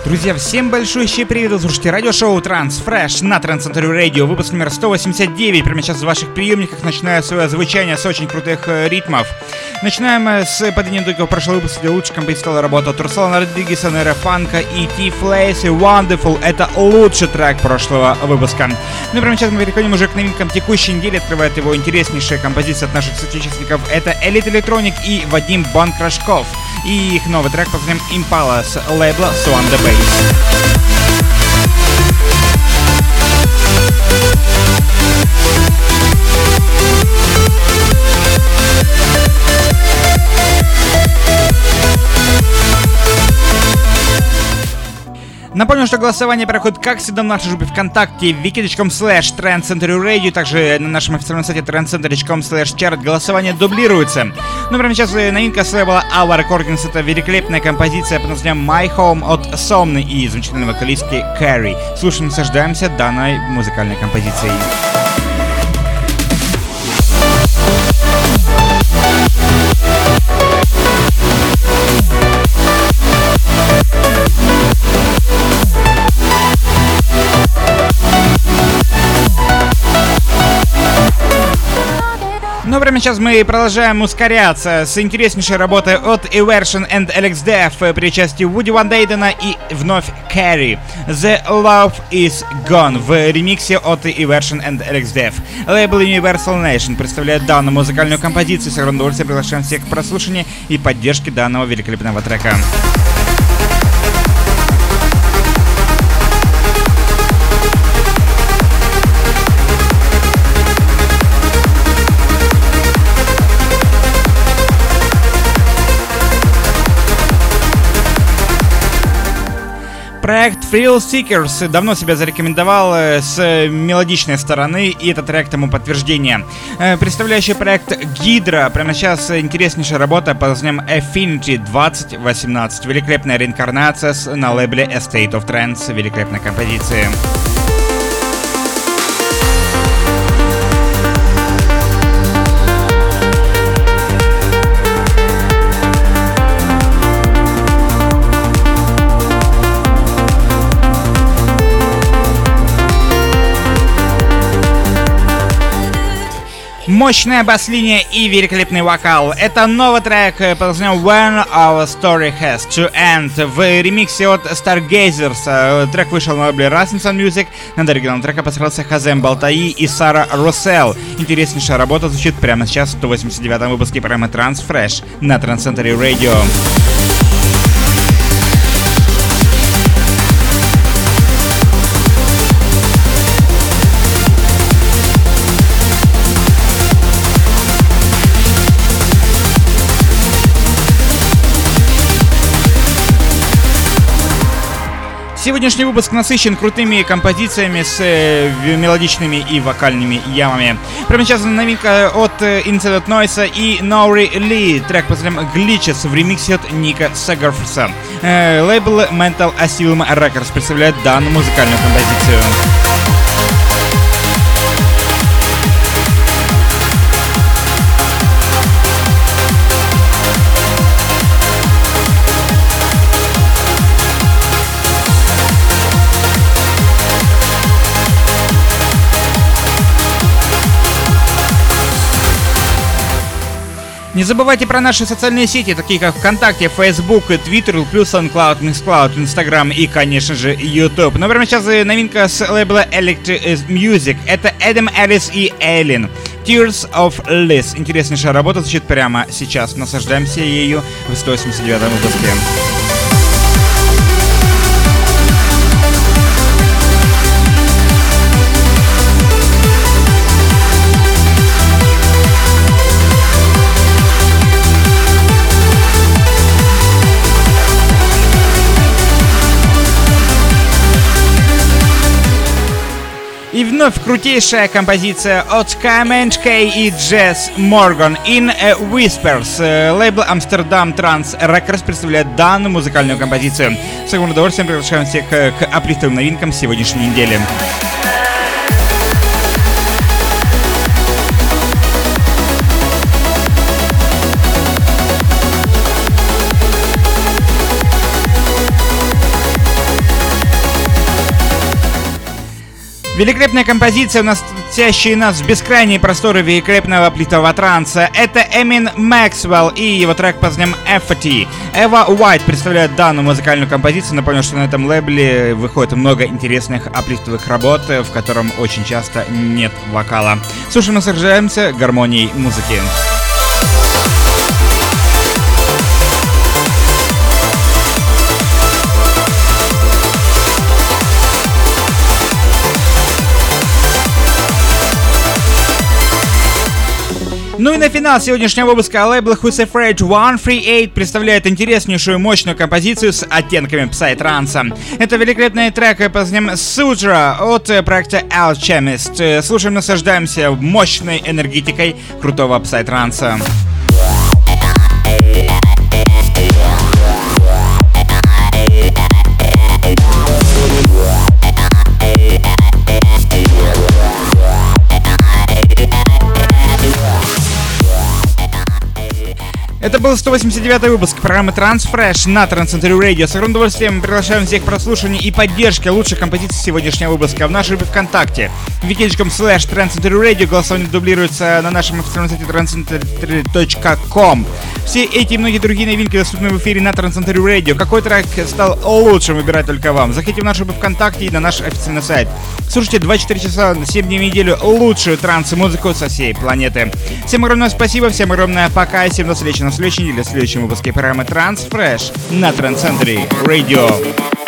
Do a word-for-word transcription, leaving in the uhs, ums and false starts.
Друзья, всем большущий привет! Вы слушаете радиошоу Transfresh на Trans-Century Radio, выпуск номер сто восемьдесят девять. Прямо сейчас в ваших приемниках начинаю свое звучание с очень крутых э, ритмов. Начинаем э, с подведения итогов прошлого выпуска, где лучше композиционная работа от Руслана Родригеса, Нера Фанка и T-Flace и Wonderful. Это лучший трек прошлого выпуска. Ну и прямо сейчас мы переходим уже к новинкам текущей недели. Открывает его интереснейшая композиция от наших соотечественников. Это Elite Electronic и Вадим Банкрашков. И их новый трек под названием Impala с лейбла Swan the Bass. Напомню, что голосование проходит, как всегда, в нашей группе ВКонтакте wiki точка com slash Trans-Century Radio, также на нашем официальном сайте transcentury точка com slash chart. Голосование дублируется. Ну, прямо сейчас новинка с лейбла Ava Recordings. Это великолепная композиция под названием My Home от Somni и замечательной вокалистки Carrie. Слушаем, наслаждаемся данной музыкальной композицией. Ну, прямо сейчас мы продолжаем ускоряться с интереснейшей работой от Eversion and Alex Deff при участии Вуди Ван Дейдена и вновь Carrie. The Love Is Gone в ремиксе от Eversion and Alex Deff. Лейбл Universal Nation представляет данную музыкальную композицию. С огромным удовольствием приглашаем всех к прослушиванию и поддержке данного великолепного трека. Проект Thrill Seekers давно себя зарекомендовал с мелодичной стороны, и этот трек тому подтверждение. Представляющий проект Hydra, прямо сейчас интереснейшая работа под названием Affinity двадцать восемнадцать. Великолепная реинкарнация на лейбле A State of Trance, великолепная композиция. Мощная бас-линия и великолепный вокал. Это новый трек под названием When Our Story Has to End в ремиксе от Stargazers. Трек вышел на лейбле Rasmussen Music. Над оригиналом трека постарался Хазем Балтаи и Сара Руссел. Интереснейшая работа звучит прямо сейчас в сто восемьдесят девятом выпуске программы Transfresh на Trans-Century Radio. Сегодняшний выпуск насыщен крутыми композициями с э, мелодичными и вокальными ямами. Прямо сейчас новинка от э, Incident Noise и Нори Ли. Трек под названием Glitches в ремиксе от Ника Сагарфса. Э, лейбл Mental Asylum Records представляет данную музыкальную композицию. Не забывайте про наши социальные сети, такие как ВКонтакте, Facebook, Twitter, плюс SoundCloud, Mixcloud, Instagram и, конечно же, YouTube. Но прямо сейчас новинка с лейбла Electric Music. Это Эдам Эллис и Эйлин. Tears of Liz. Интереснейшая работа звучит прямо сейчас. Наслаждаемся ею в сто восемьдесят девятом выпуске. И вновь крутейшая композиция от Кэмэндж Кей и Джесс Морган In a Whispers. Лейбл Amsterdam Trans Records представляет данную музыкальную композицию. С огромным удовольствием приглашаем всех к аплифтовым новинкам сегодняшней недели. Великолепная композиция, уносящая нас в бескрайние просторы великолепного плитового транса. Это Эмин Максвелл и его трек под названием Apathy. Эва Уайт представляет данную музыкальную композицию. Напомню, что на этом лейбле выходит много интересных аплифтовых работ, в котором очень часто нет вокала. Слушаем, наслаждаемся гармонией музыки. Ну и на финал сегодняшнего выпуска лейбл Who's Afraid сто тридцать восемь представляет интереснейшую мощную композицию с оттенками псай-транса. Это великолепный трек под названием Sutra от проекта Alchemist. Слушаем, наслаждаемся мощной энергетикой крутого псай-транса. Это был сто восемьдесят девятый выпуск программы Transfresh на Trans-Century Radio. С огромным удовольствием приглашаем всех к прослушиванию и поддержке лучших композиций сегодняшнего выпуска в нашей группе ВКонтакте. wiki.com slash Trans-Century Radio. Голосование дублируется на нашем официальном сайте трансцентури точка ком. Все эти и многие другие новинки доступны в эфире на Trans-Century Radio. Какой трек стал лучшим, выбирать только вам. Заходите в нашу группу ВКонтакте и на наш официальный сайт. Слушайте двадцать четыре часа на семь дней в неделю лучшую транс-музыку со всей планеты. Всем огромное спасибо, всем огромное пока и всем до встречи на следующей неделе в следующем выпуске программы Transfresh на Trans-Century Radio.